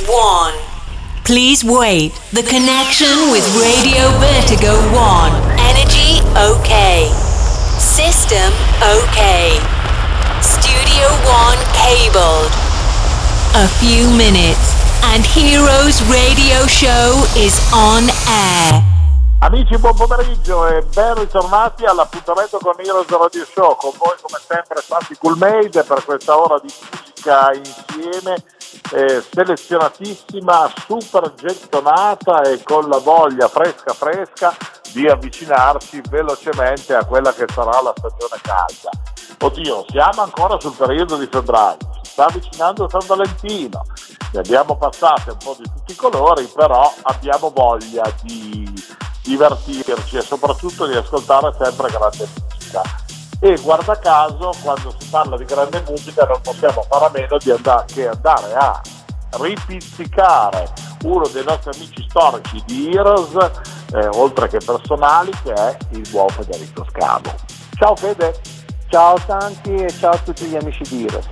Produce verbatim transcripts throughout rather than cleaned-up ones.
one. Please wait. The connection with Radio Vertigo one. Energy okay. System okay. Studio one cabled. A few minutes and Heroes Radio Show is on air. Amici, buon pomeriggio e ben ritornati all'appuntamento con Heroes Radio Show. Con voi come sempre Santi Coolmade per questa ora di musica insieme, eh, selezionatissima, super gettonata e con la voglia fresca fresca di avvicinarci velocemente a quella che sarà la stagione calda. Oddio, siamo ancora sul periodo di febbraio, si sta avvicinando San Valentino, ne abbiamo passate un po' di tutti i colori, però abbiamo voglia di divertirci e soprattutto di ascoltare sempre grande musica. E guarda caso, quando si parla di grande musica non possiamo fare a meno di andare, che andare a ripizzicare uno dei nostri amici storici di Heroes, eh, oltre che personali, che è il buon Federico Scavo. Ciao Fede! Ciao Santi e ciao a tutti gli amici di Heroes.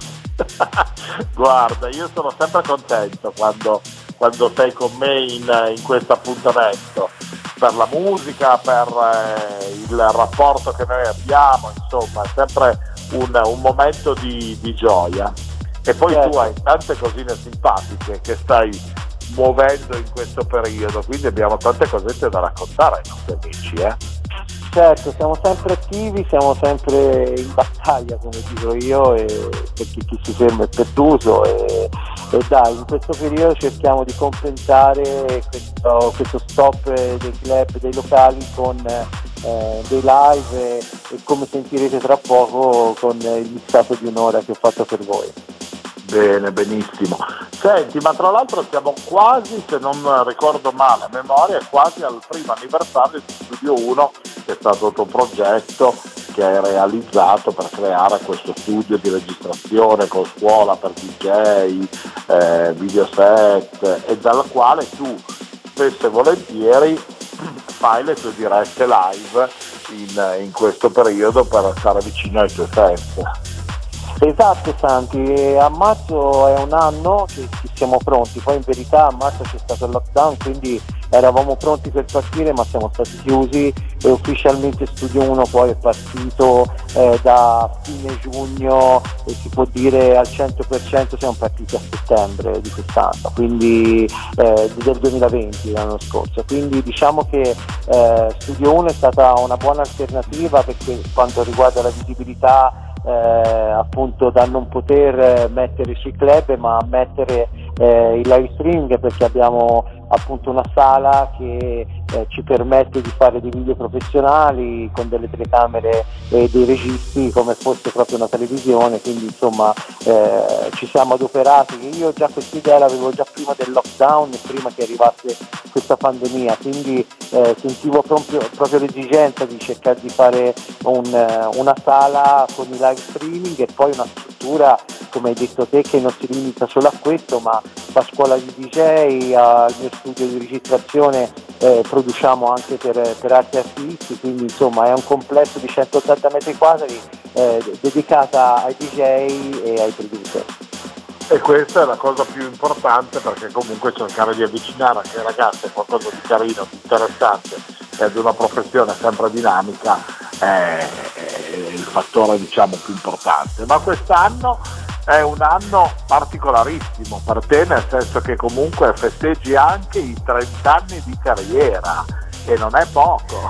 Guarda, io sono sempre contento quando, quando sei con me in, in questo appuntamento, per la musica, per eh, il rapporto che noi abbiamo, insomma è sempre un, un momento di, di gioia. E poi certo, tu hai tante cosine simpatiche che stai muovendo in questo periodo, quindi abbiamo tante cosette da raccontare ai nostri amici, eh? Certo, siamo sempre attivi, siamo sempre in battaglia, come dico io, e perché chi si ferma è perduto e, e dai, in questo periodo cerchiamo di compensare questo, questo stop dei club, dei locali con eh, dei live e, e come sentirete tra poco con il missato di un'ora che ho fatto per voi. Bene, benissimo. Senti, ma tra l'altro siamo quasi, se non ricordo male a memoria, quasi al primo anniversario di Studio uno, che è stato il tuo progetto che hai realizzato per creare questo studio di registrazione con scuola per D J, eh, videoset, e dal quale tu spesso e volentieri fai le tue dirette live in, in questo periodo per stare vicino ai tuoi fans. Esatto Santi, a marzo è un anno che ci siamo pronti, poi in verità a marzo c'è stato il lockdown, quindi eravamo pronti per partire ma siamo stati chiusi e ufficialmente Studio uno poi è partito eh, da fine giugno e si può dire al cento per cento siamo partiti a settembre di quest'anno, quindi eh, del duemilaventi, l'anno scorso, quindi diciamo che eh, Studio uno è stata una buona alternativa perché quanto riguarda la visibilità Eh, appunto da non poter mettere sui club ma mettere eh, il live streaming, perché abbiamo appunto una sala che eh, ci permette di fare dei video professionali con delle telecamere e dei registi come fosse proprio una televisione, quindi insomma eh, ci siamo adoperati. Io già questa idea l'avevo già prima del lockdown e prima che arrivasse questa pandemia, quindi eh, sentivo proprio, proprio l'esigenza di cercare di fare un, una sala con i live streaming e poi una struttura, come hai detto te, che non si limita solo a questo ma fa scuola di D J, al mio studio di registrazione eh, produciamo anche per, per altri artisti, quindi insomma è un complesso di centottanta metri quadri eh, dedicata ai D J e ai producer. E questa è la cosa più importante, perché comunque cercare di avvicinare anche ai ragazzi a qualcosa di carino, di interessante e ad una professione sempre dinamica è, è il fattore diciamo più importante. Ma quest'anno è un anno particolarissimo per te, nel senso che comunque festeggi anche i trenta anni di carriera e non è poco.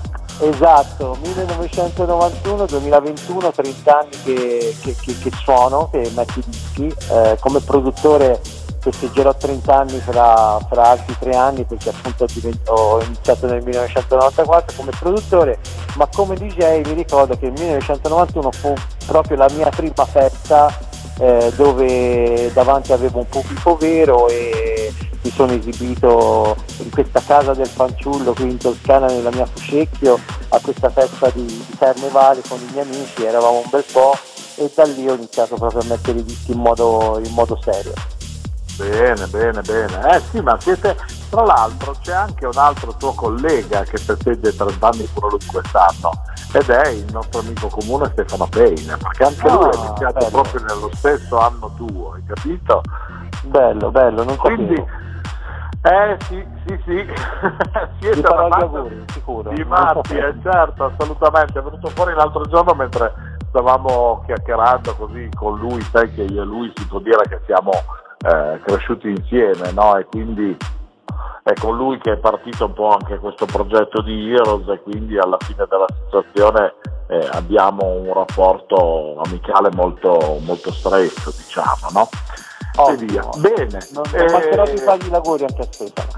Esatto, millenovecentonovantuno duemilaventuno, trenta anni che, che, che, che suono, che metto i dischi, eh, come produttore festeggerò trenta anni fra, fra altri tre anni perché appunto ho iniziato nel millenovecentonovantaquattro come produttore, ma come D J mi ricordo che il millenovecentonovantuno fu proprio la mia prima festa eh, dove davanti avevo un pubblico vero e mi sono esibito in questa casa del fanciullo qui in Toscana nella mia Fucecchio a questa festa di, di carnevale con i miei amici, eravamo un bel po' e da lì ho iniziato proprio a mettere i dischi in modo, in modo serio. Bene, bene, bene. Eh sì, ma siete, tra l'altro c'è anche un altro tuo collega che festeggia i trenta anni pure lui quest'anno ed è il nostro amico comune Stefano Payne, perché anche lui ah, è iniziato bello. proprio nello stesso anno tuo, hai capito? Bello, bello, non sapevo. Quindi, eh sì, sì, sì, siete farò una gli banda auguri, sicuro. di matti, eh, certo, assolutamente. È venuto fuori l'altro giorno mentre stavamo chiacchierando così con lui, sai che io e lui si può dire che siamo eh, cresciuti insieme, no? E quindi è con lui che è partito un po' anche questo progetto di Heroes, e quindi alla fine della situazione eh, abbiamo un rapporto amicale molto, molto stretto, diciamo, no? Oh, e via. Bene. Non, eh... non mancherò di fargli gli auguri anche a Stefano.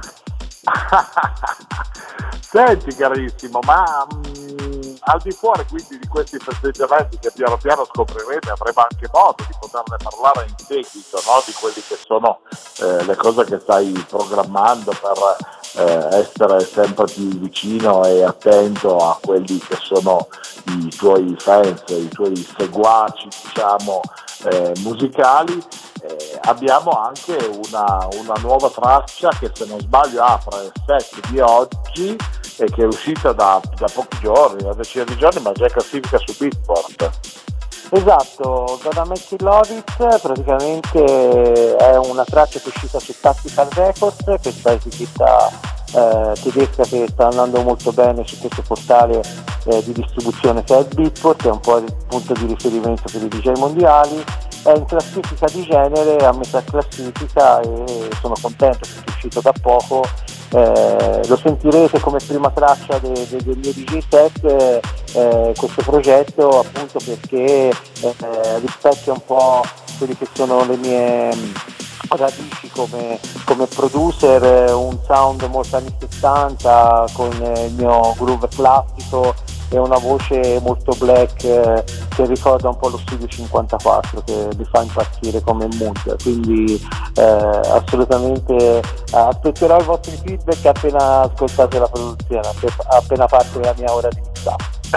Senti carissimo, ma mh, al di fuori quindi di questi festeggiamenti che piano piano scoprirete, avremo anche modo di poterne parlare in seguito, no? Di quelli che sono eh, le cose che stai programmando per eh, essere sempre più vicino e attento a quelli che sono i tuoi fans, i tuoi seguaci, diciamo, eh, musicali. Eh, abbiamo anche una, una nuova traccia che, se non sbaglio, apre il set di oggi e che è uscita da, da pochi giorni, una decina di giorni, ma già è classifica su Beatport. Esatto, Gotta Make You Love It praticamente è una traccia che è uscita su Tactical Records, questa etichetta eh, tedesca che sta andando molto bene su questo portale eh, di distribuzione che è Beatport, che è un po' il punto di riferimento per i D J mondiali. È in classifica di genere, a metà classifica, e sono contento che è uscito da poco. Eh, lo sentirete come prima traccia de, de, del mio D J set, eh, questo progetto, appunto perché eh, rispecchia un po' quelle che sono le mie radici come, come producer, un sound molto anni sessanta con il mio groove classico e una voce molto black eh, che ricorda un po' lo Studio cinquantaquattro, che li fa impazzire come mood. Quindi eh, assolutamente eh, aspetterò i vostri feedback appena ascoltate la produzione, appena parte la mia ora di mixaggio.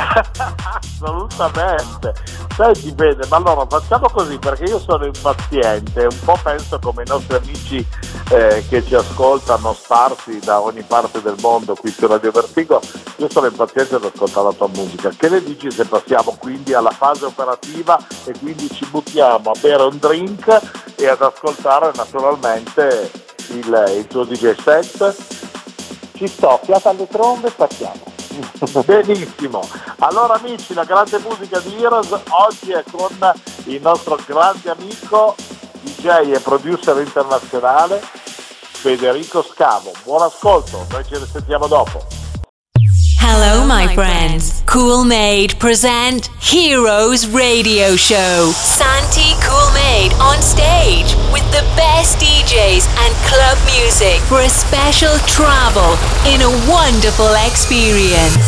Assolutamente. Senti, bene, ma allora facciamo così, perché io sono impaziente, un po' penso come i nostri amici eh, che ci ascoltano sparsi da ogni parte del mondo qui su Radio Vertigo. Io sono impaziente ad ascoltare la tua musica. Che ne dici se passiamo quindi alla fase operativa e quindi ci buttiamo a bere un drink e ad ascoltare naturalmente il, il tuo D J set? Ci sto, fiata alle trombe e partiamo. Benissimo, allora amici, la grande musica di Heroes oggi è con il nostro grande amico D J e producer internazionale Federico Scavo. Buon ascolto, noi ci risentiamo dopo. Hello my friends, Cool-Made present Heroes Radio Show. Santi Cool-Made on stage with the best D Js and club music for a special travel in a wonderful experience.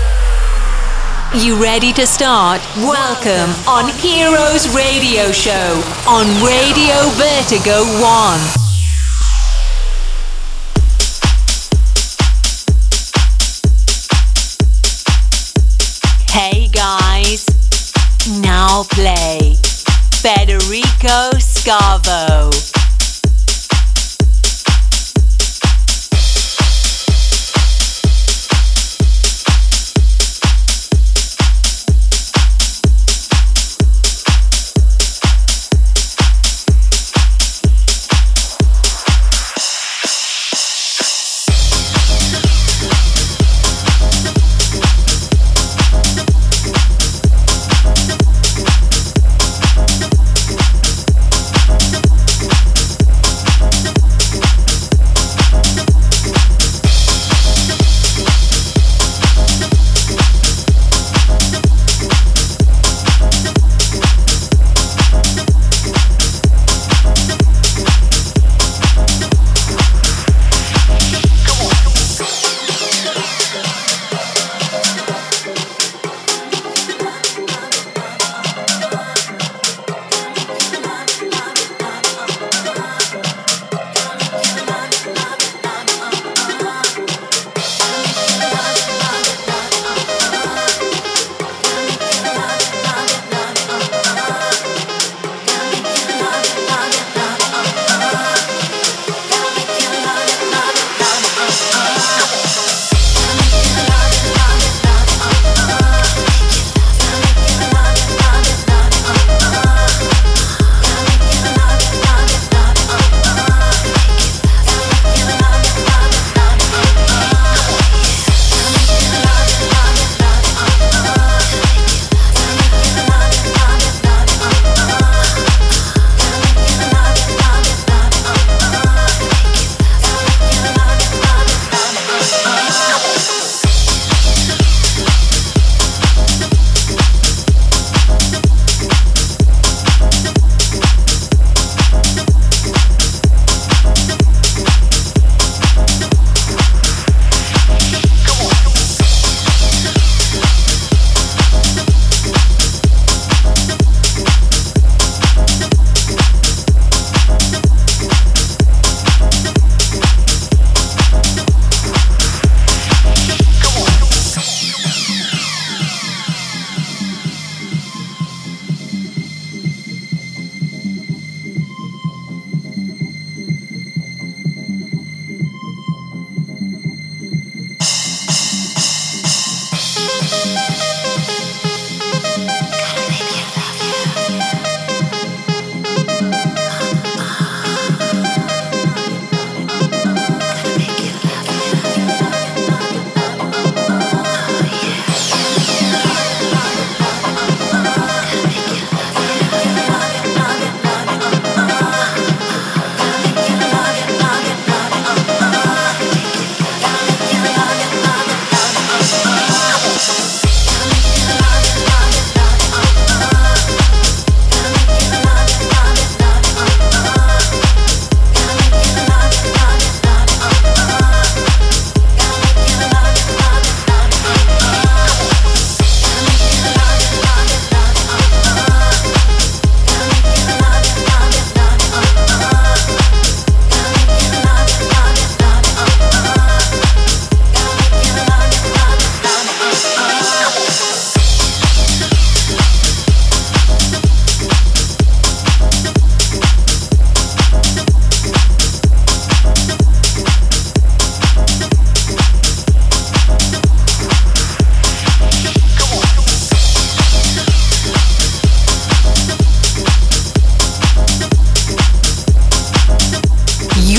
You ready to start? Welcome on Heroes Radio Show on Radio Vertigo One. Hey guys, now play Federico Scavo.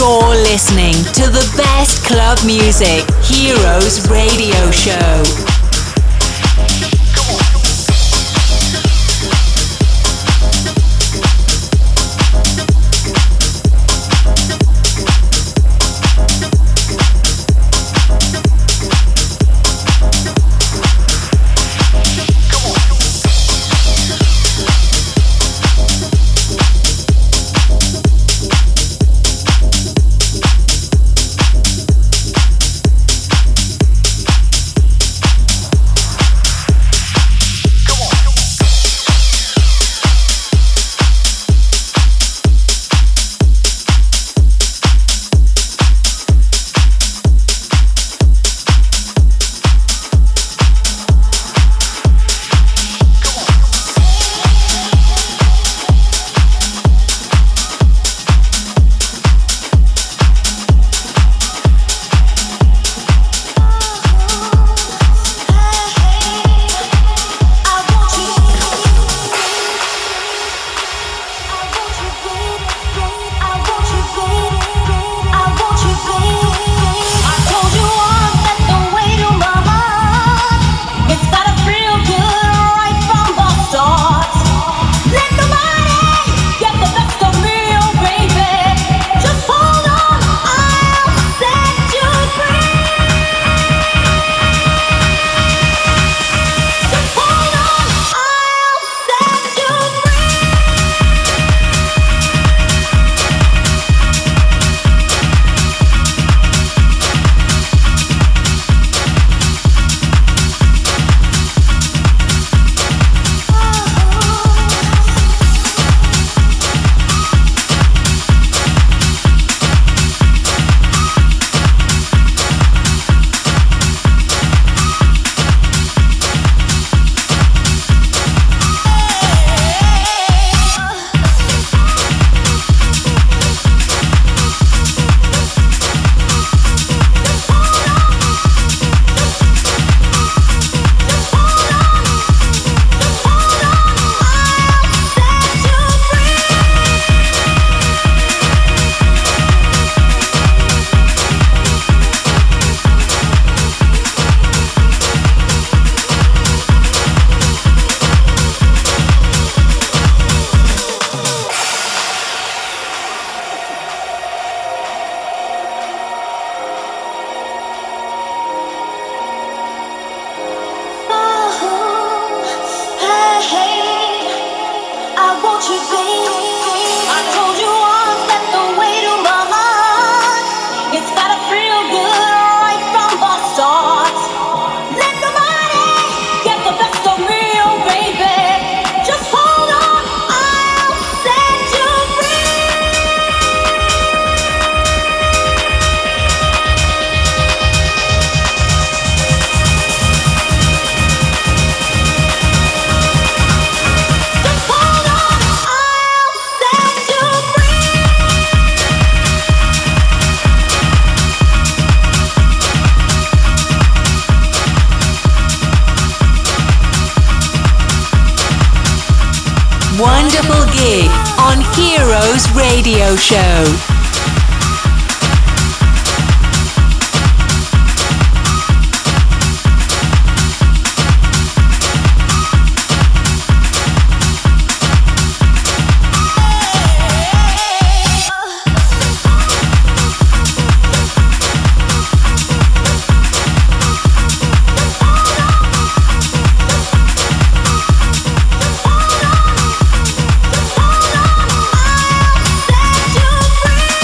You're listening to the best club music, Heroes Radio Show. Wonderful gig on Heroes Radio Show. Free.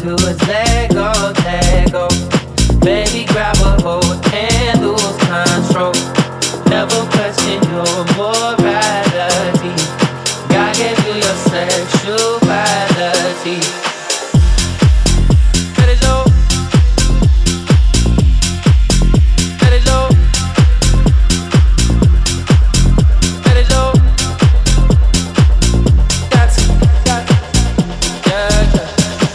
do is let go, let go. Baby, grab a hold and lose control. Never question your morality. God gave you your sexuality. Let it go. Let it go. Let it go. That's it. That's it. Yeah, yeah.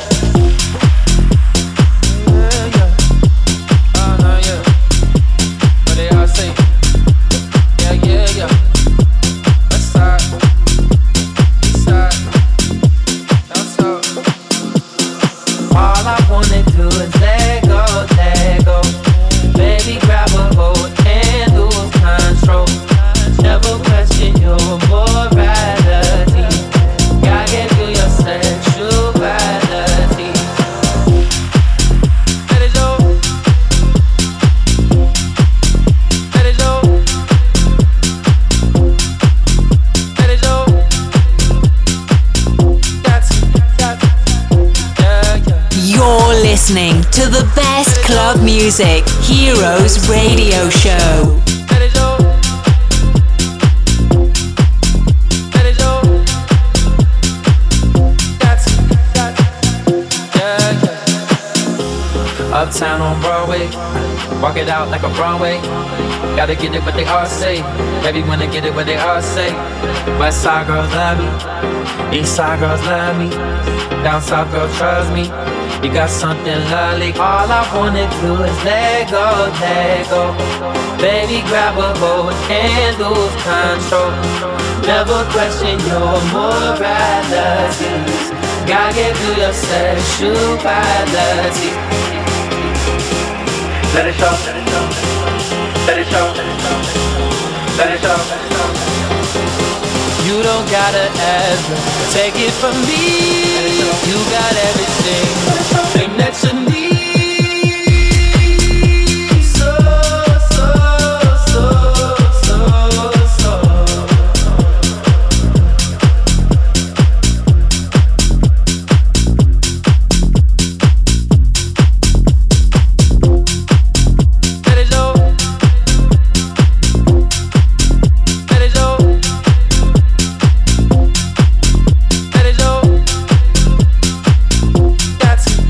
Yeah, yeah. Uh-huh, yeah. What they all say? Yeah, yeah, yeah. West side, east side, down south. All I wanna do is let go, let go. Baby, grab a hold and lose control. Never question your morality. God gave you your sexuality. Let it go. Let it go. Let it go. That's it. That's it. Yeah, yeah. You're listening to the best club music, Heroes Radio Show. Let it go. Let it go. That's it. That's it. Yeah, yeah. Uptown on Broadway, walk it out like a Broadway. Gotta get it what they all say. Baby, wanna get it what they all say. West side girls love me, east side girls love me, down south girls trust me. You got something lovely. All I wanna do is let go, let go. Baby, grab a hold and lose control. Never question your moralities. God gave you your sexuality. Let it show, let it show, let it show, let it show. You don't gotta ever take it from me. You got everything that you need. So, so, so, so, so. Let it go. Let it go. Let it go. That's it.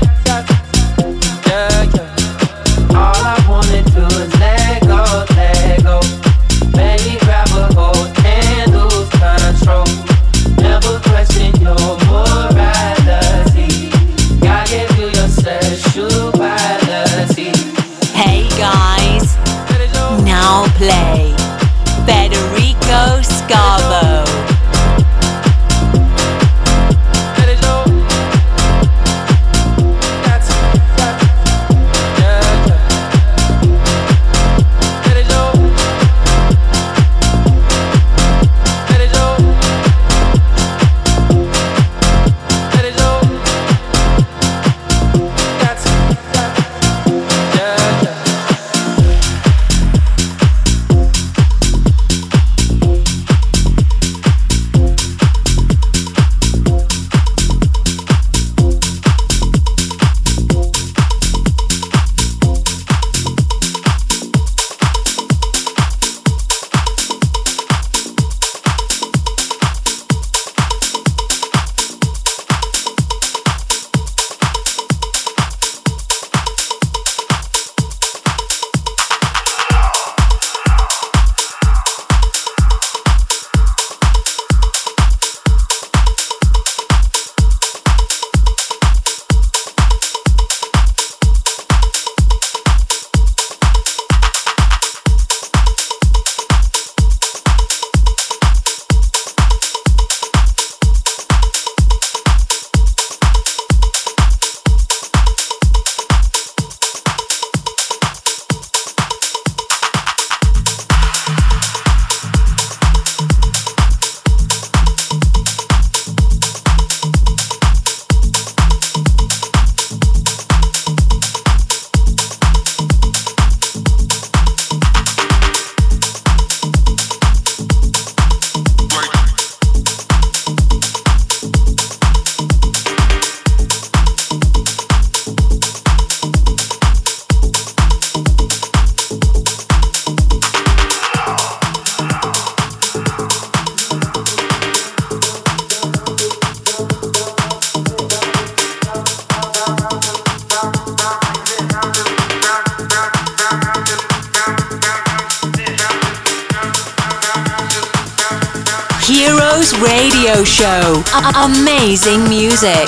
Radio Show. A- amazing music.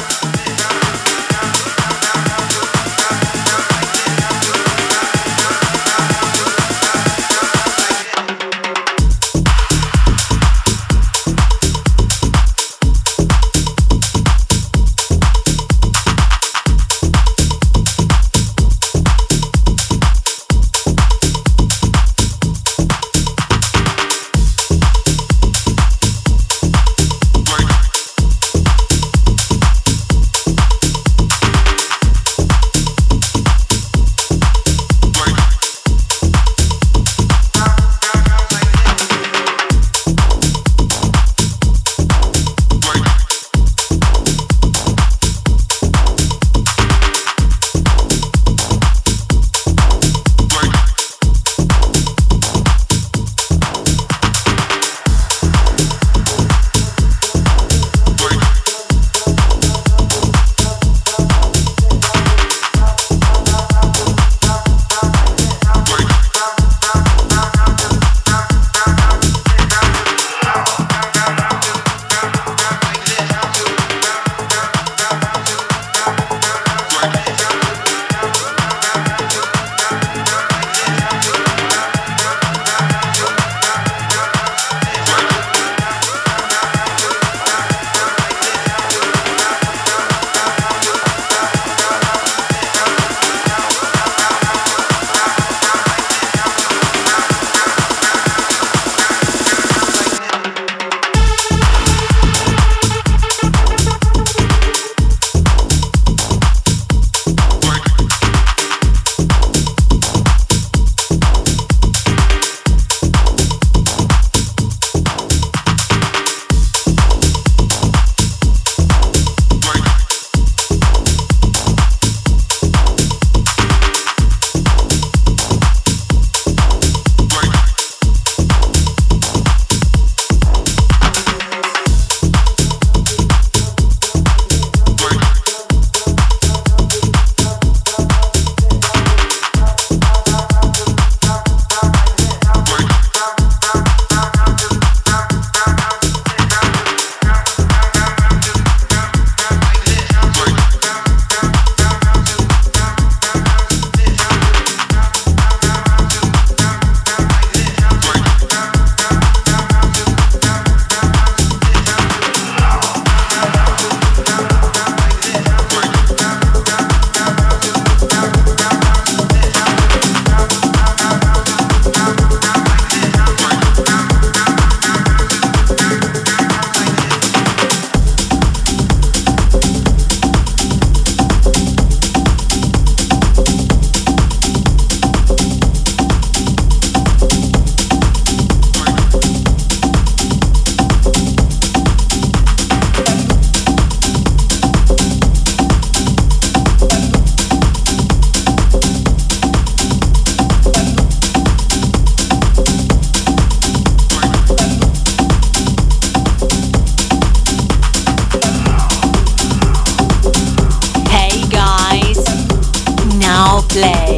play.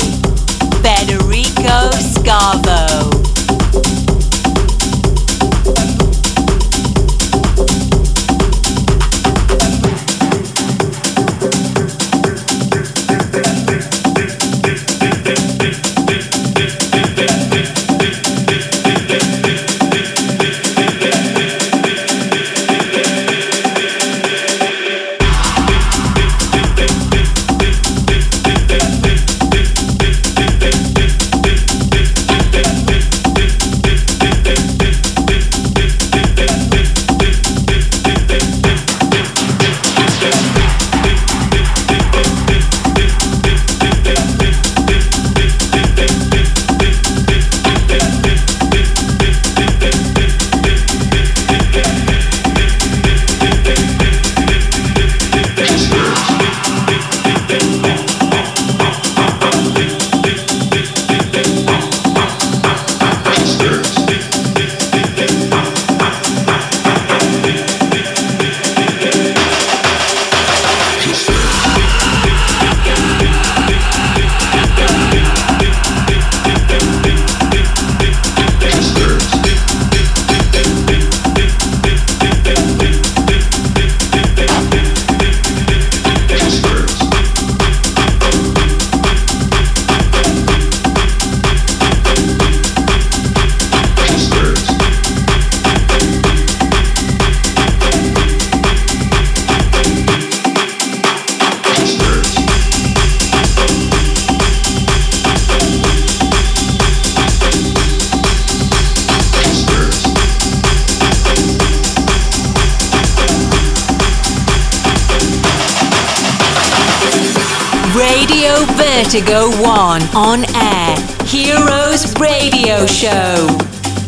Federico Scavo. We'll be right back. Radio Vertigo One on air. Heroes Radio Show.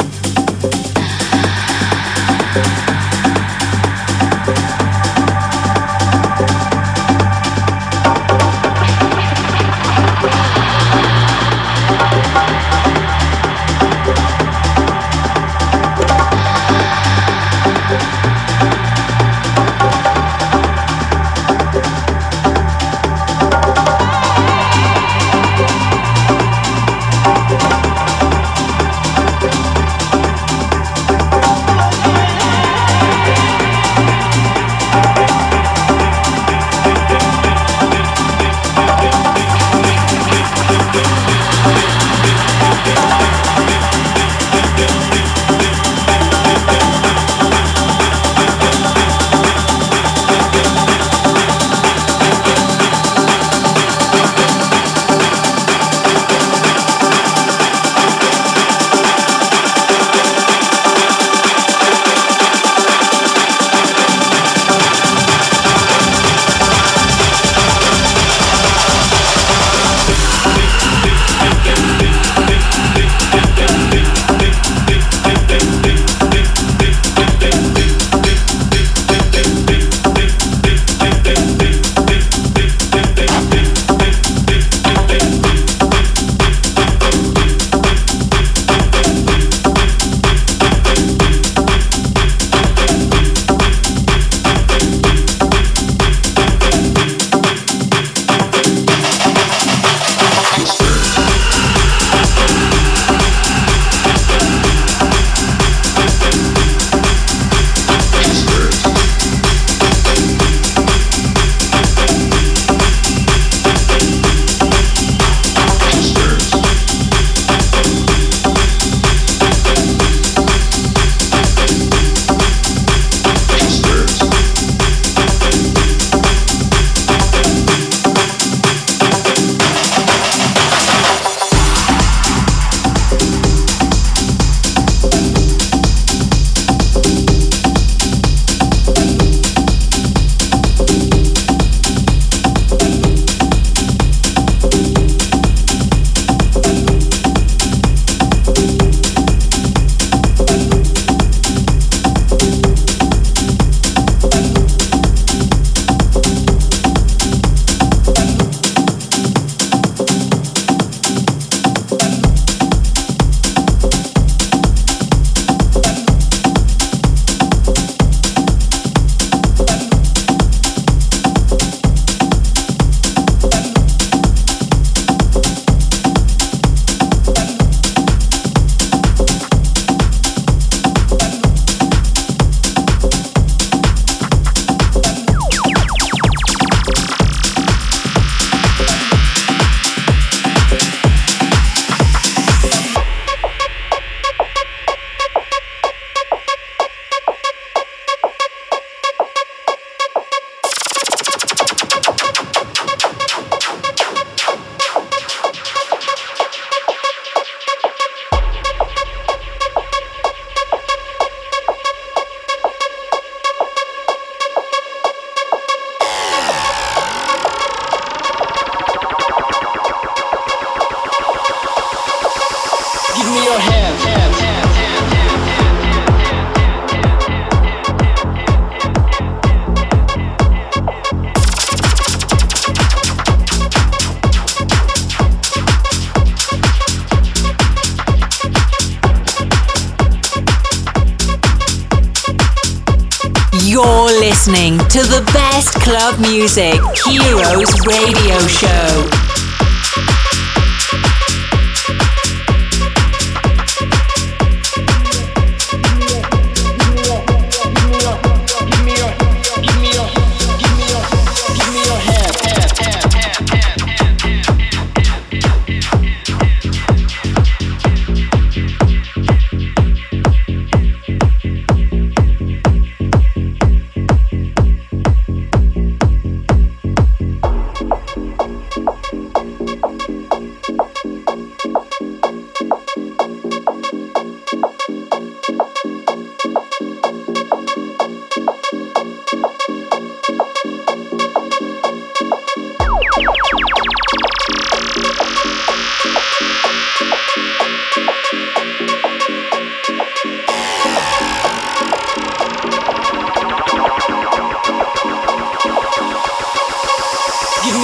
You're listening to the best club music, Heroes Radio Show.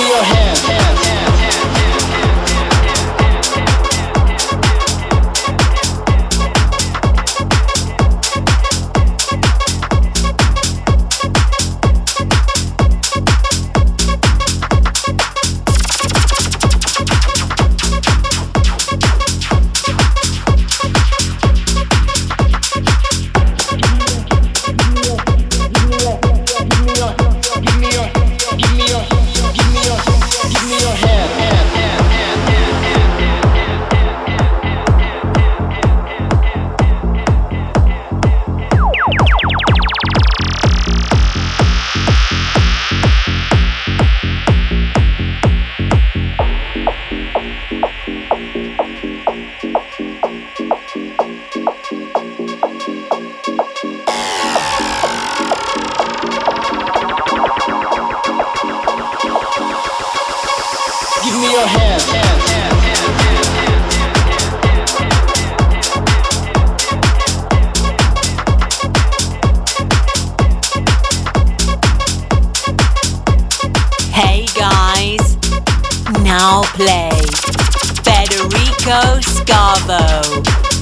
Play Federico Scavo.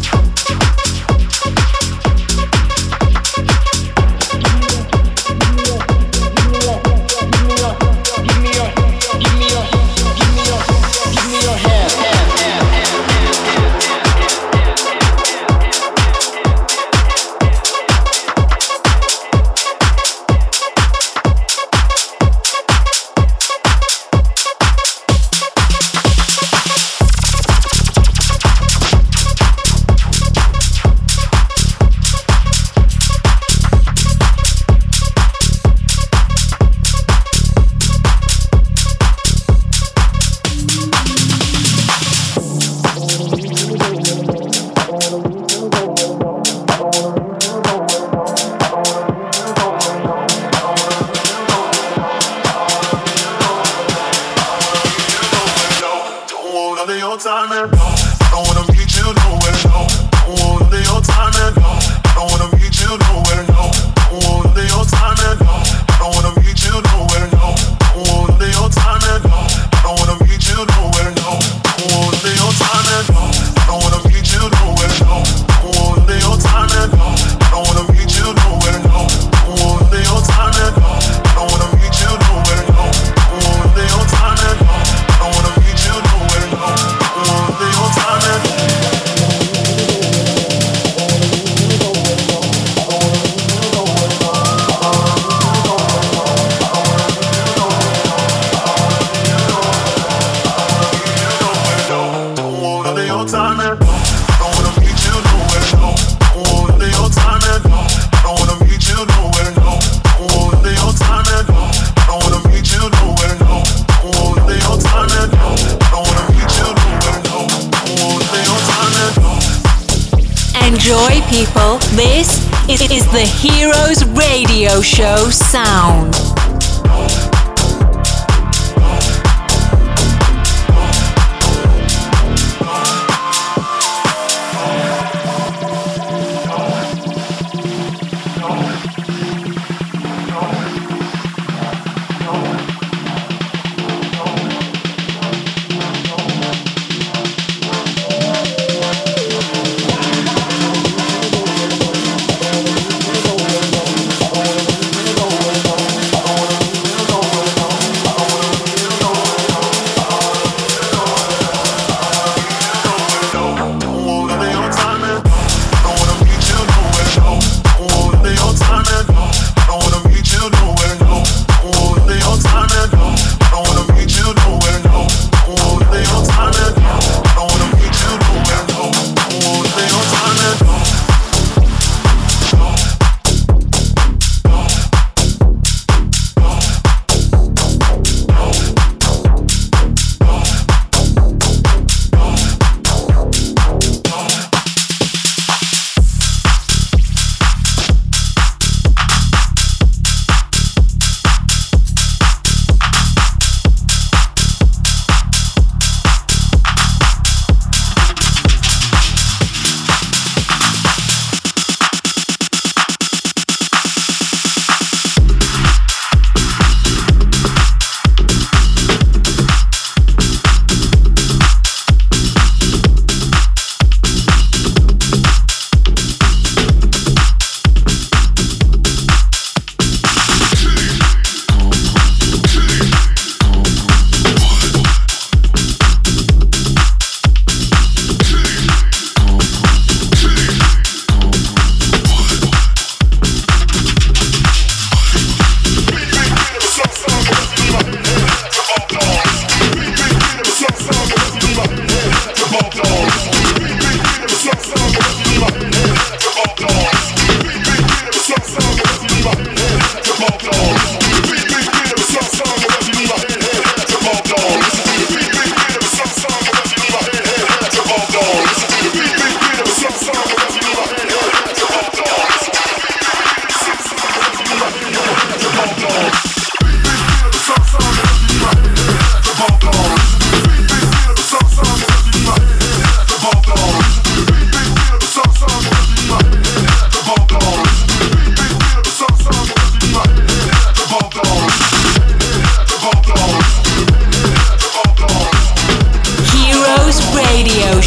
Enjoy, people. This is, is the Heroes Radio Show sound.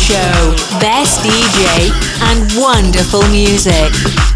Show. Best D J and wonderful music.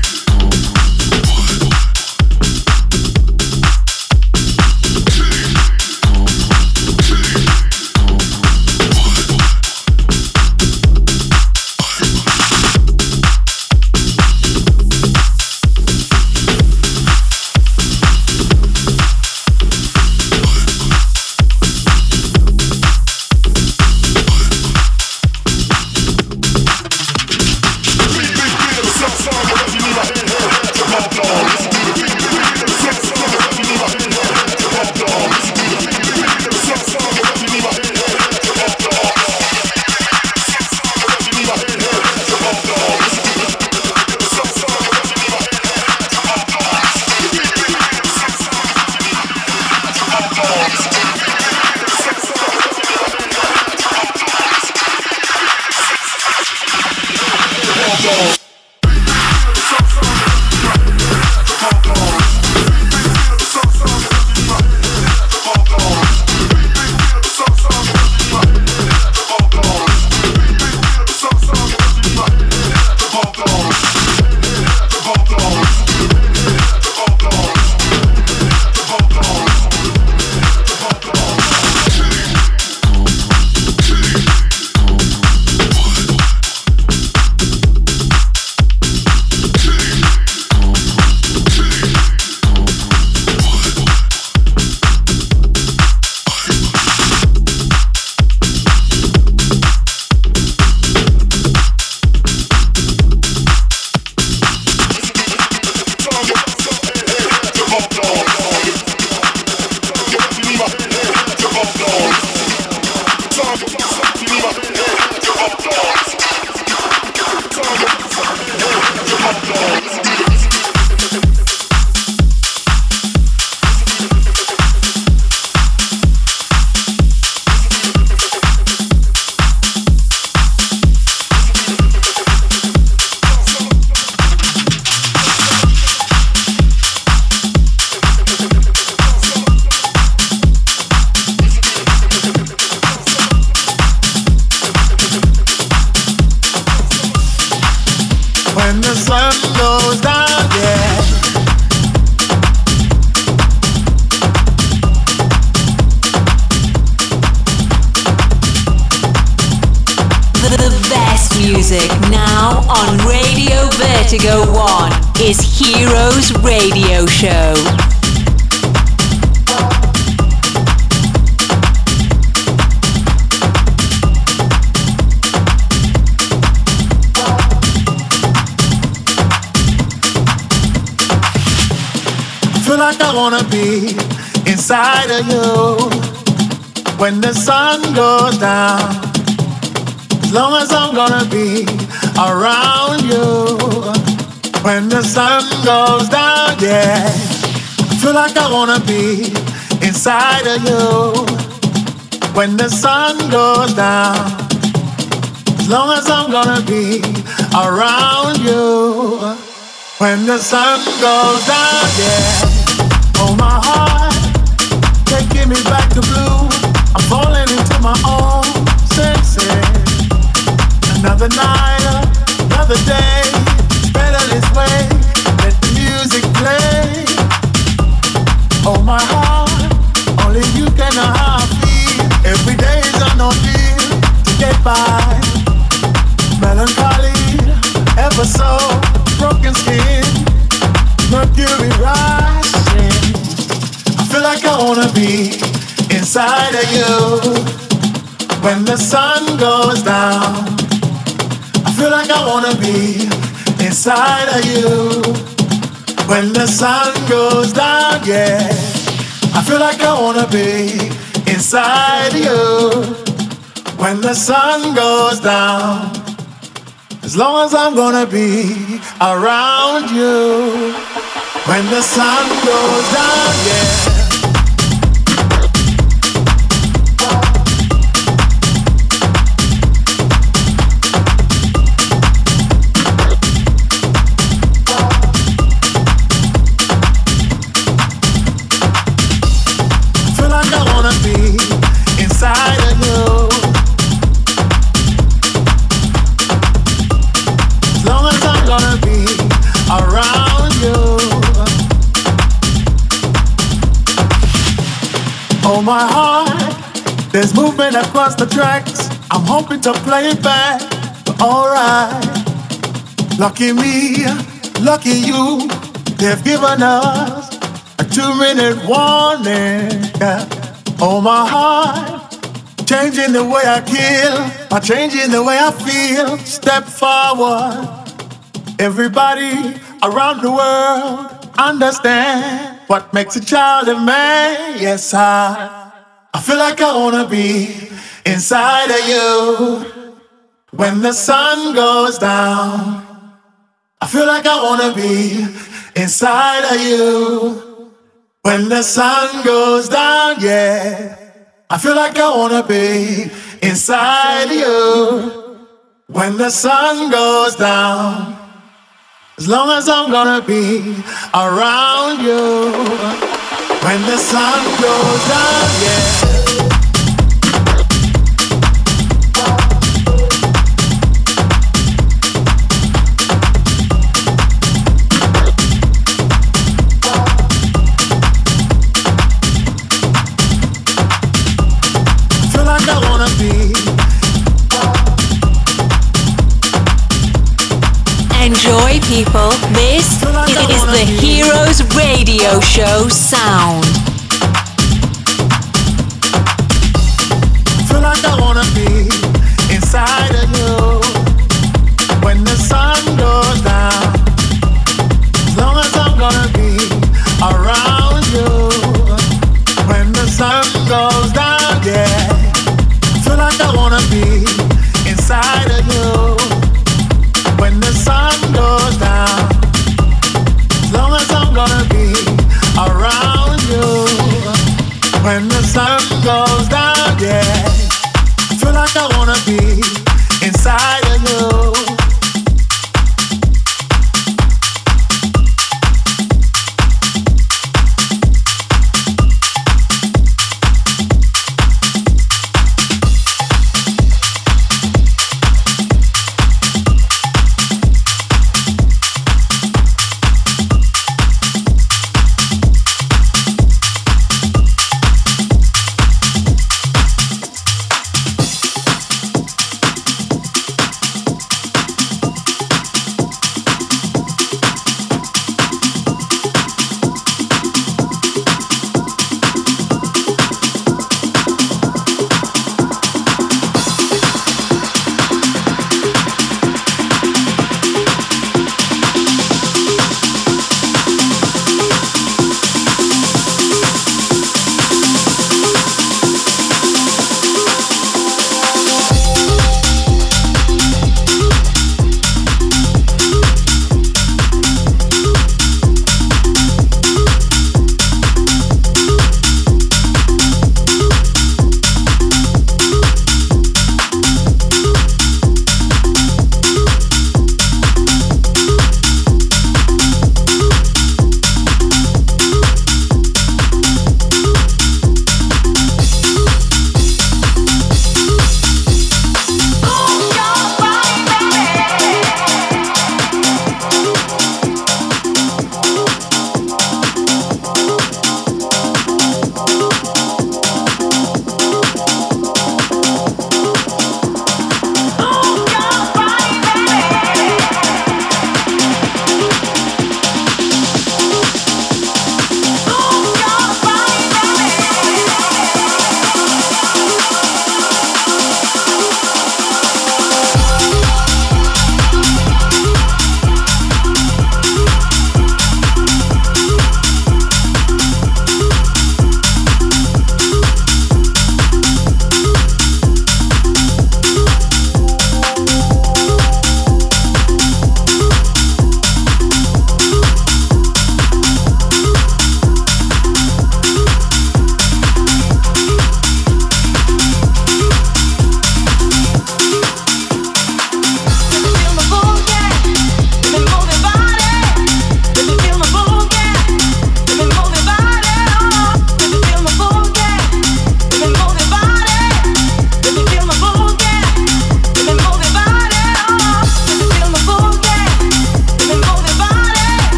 Music now on Radio Vertigo One is Heroes Radio Show. Feel like I wanna be inside of you when the sun goes down. As long as I'm gonna be around you when the sun goes down, yeah. I feel like I wanna be inside of you when the sun goes down. As long as I'm gonna be around you when the sun goes down, yeah. Oh, my heart, taking me back to blue. I'm falling into my own senses. Another night, another day, it's better this way. Let the music play. Oh, my heart, only you can know how I feel. Every day is an ordeal to get by. Melancholy, ever so broken skin, mercury rising. I feel like I wanna be inside of you when the sun goes down. I feel like I wanna be inside of you when the sun goes down, yeah. I feel like I wanna be inside of you when the sun goes down. As long as I'm gonna be around you when the sun goes down, yeah. Oh my heart, there's movement across the tracks. I'm hoping to play it back, but alright. Lucky me, lucky you, they've given us a two-minute warning. Yeah. Oh my heart, changing the way I kill, by changing the way I feel. Step forward, everybody around the world understand what makes a child a man. Yes, I, I feel like I wanna be inside of you when the sun goes down. I feel like I wanna be inside of you when the sun goes down, yeah. I feel like I wanna be inside you when the sun goes down. As long as I'm gonna be around you when the sun goes down, yeah. Enjoy, people. This is the Heroes Radio Show sound. Feel like I wanna be inside of you when the sun goes down. As long as I'm gonna be around you when the sun goes down, yeah. Feel like I wanna be inside of you when the sun goes down. As long as I'm gonna be around you when the sun goes down, yeah. Feel like I wanna be inside of you.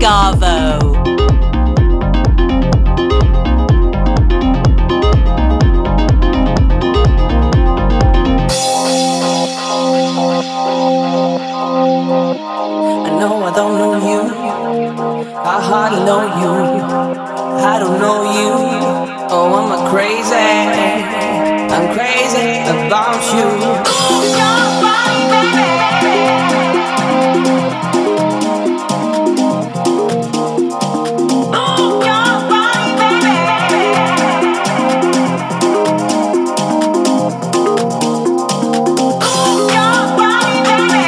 Garvo. I don't know you, I hardly know you, I don't know you, oh I'm crazy, I'm crazy about you. Move your body, baby. Move your body, baby. Move your body, baby.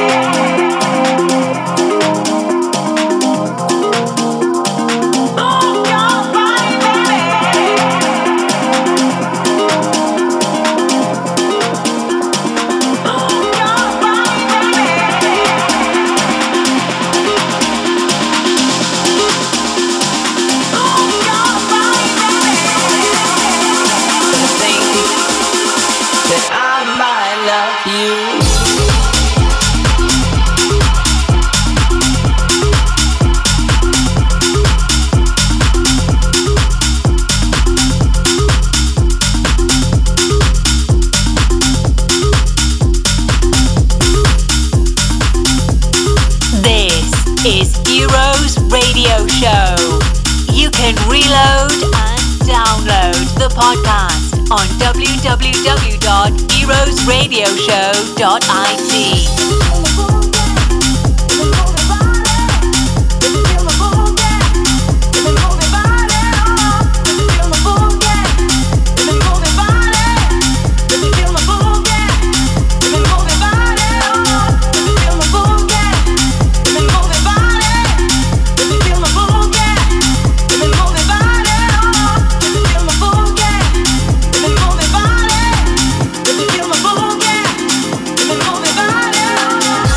Reload and download the podcast on w w w dot heroes radio show dot i t. Body,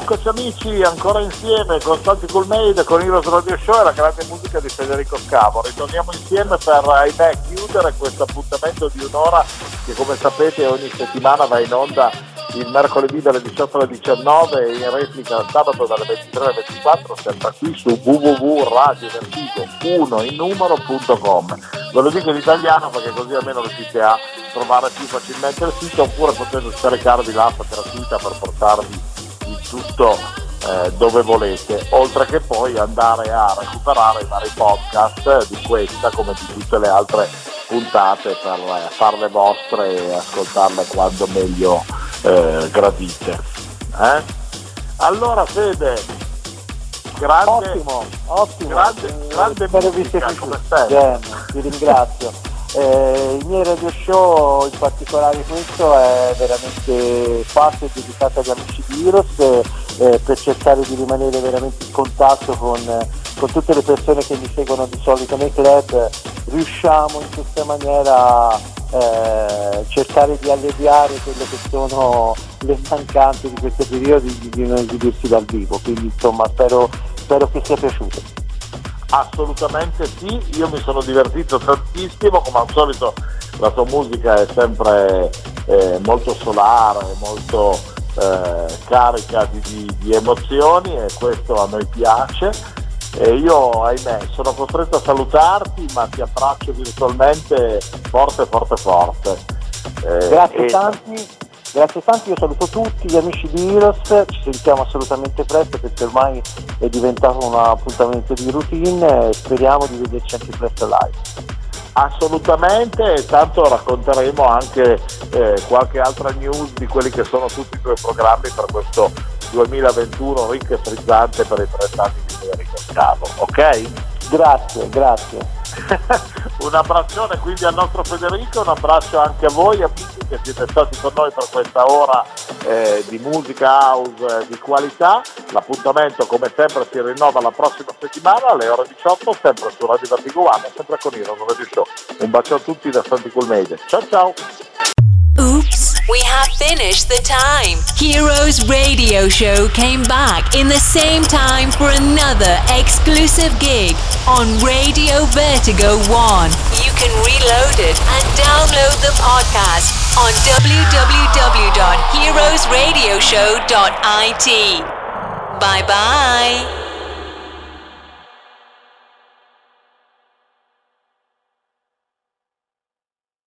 eccoci amici, ancora insieme con Santi Cool Made, con Heroes Radio Show e la grande musica di Federico Scavo. Ritorniamo insieme per, ahimè, chiudere questo appuntamento di un'ora che, come sapete, ogni settimana va in onda il mercoledì dalle diciotto alle diciannove e in replica il sabato dalle ventitré alle ventiquattro, sempre qui su w w w punto radio vertigo uno in numero punto com. Ve lo dico in italiano perché così almeno riuscite a trovare più facilmente il sito, oppure potete scaricarvi l'app gratuita per portarvi il tutto eh, dove volete, oltre che poi andare a recuperare i vari podcast di questa come di tutte le altre puntate per eh, farle vostre e ascoltarle quando meglio eh, gradite. Eh? Allora Fede, grande, ottimo, ottimo, grande, grande spero vi musica, sia come piaciuto. Bene, vi ringrazio. Eh, I miei radio show, in particolare questo, è veramente fatto e dedicato agli amici di Heroes, eh, per cercare di rimanere veramente in contatto con, con tutte le persone che mi seguono di solito nei club. Riusciamo in questa maniera eh, cercare di alleviare quelle che sono le mancanze di questo periodo di, di non esibirsi dal vivo, quindi insomma spero, spero che sia piaciuto. Assolutamente sì, io mi sono divertito tantissimo, come al solito la tua musica è sempre eh, molto solare, molto eh, carica di, di, di emozioni, e questo a noi piace. E io, ahimè, sono costretto a salutarti, ma ti abbraccio virtualmente forte forte forte. Eh, grazie e... tanti, grazie tanti, io saluto tutti gli amici di Heroes, ci sentiamo assolutamente presto perché ormai è diventato un appuntamento di routine e speriamo di vederci anche presto live. Assolutamente, e tanto racconteremo anche eh, qualche altra news di quelli che sono tutti i tuoi programmi per questo duemilaventuno ricco e frizzante per i trent'anni di Federico Scavo, ok? Grazie, grazie. Un abbraccione quindi al nostro Federico, un abbraccio anche a voi amici che siete stati con noi per questa ora eh, di musica house eh, di qualità. L'appuntamento come sempre si rinnova la prossima settimana alle ore diciotto, sempre su Radio Vertigo One, sempre con Heroes Radio Show. Un bacio a tutti da Santi Cool Made. Ciao ciao! Oops, we have finished the time. Heroes Radio Show came back in the same time for another exclusive gig on Radio Vertigo One. You can reload it and download the podcast on w w w dot heroes radio show dot i t. Bye bye.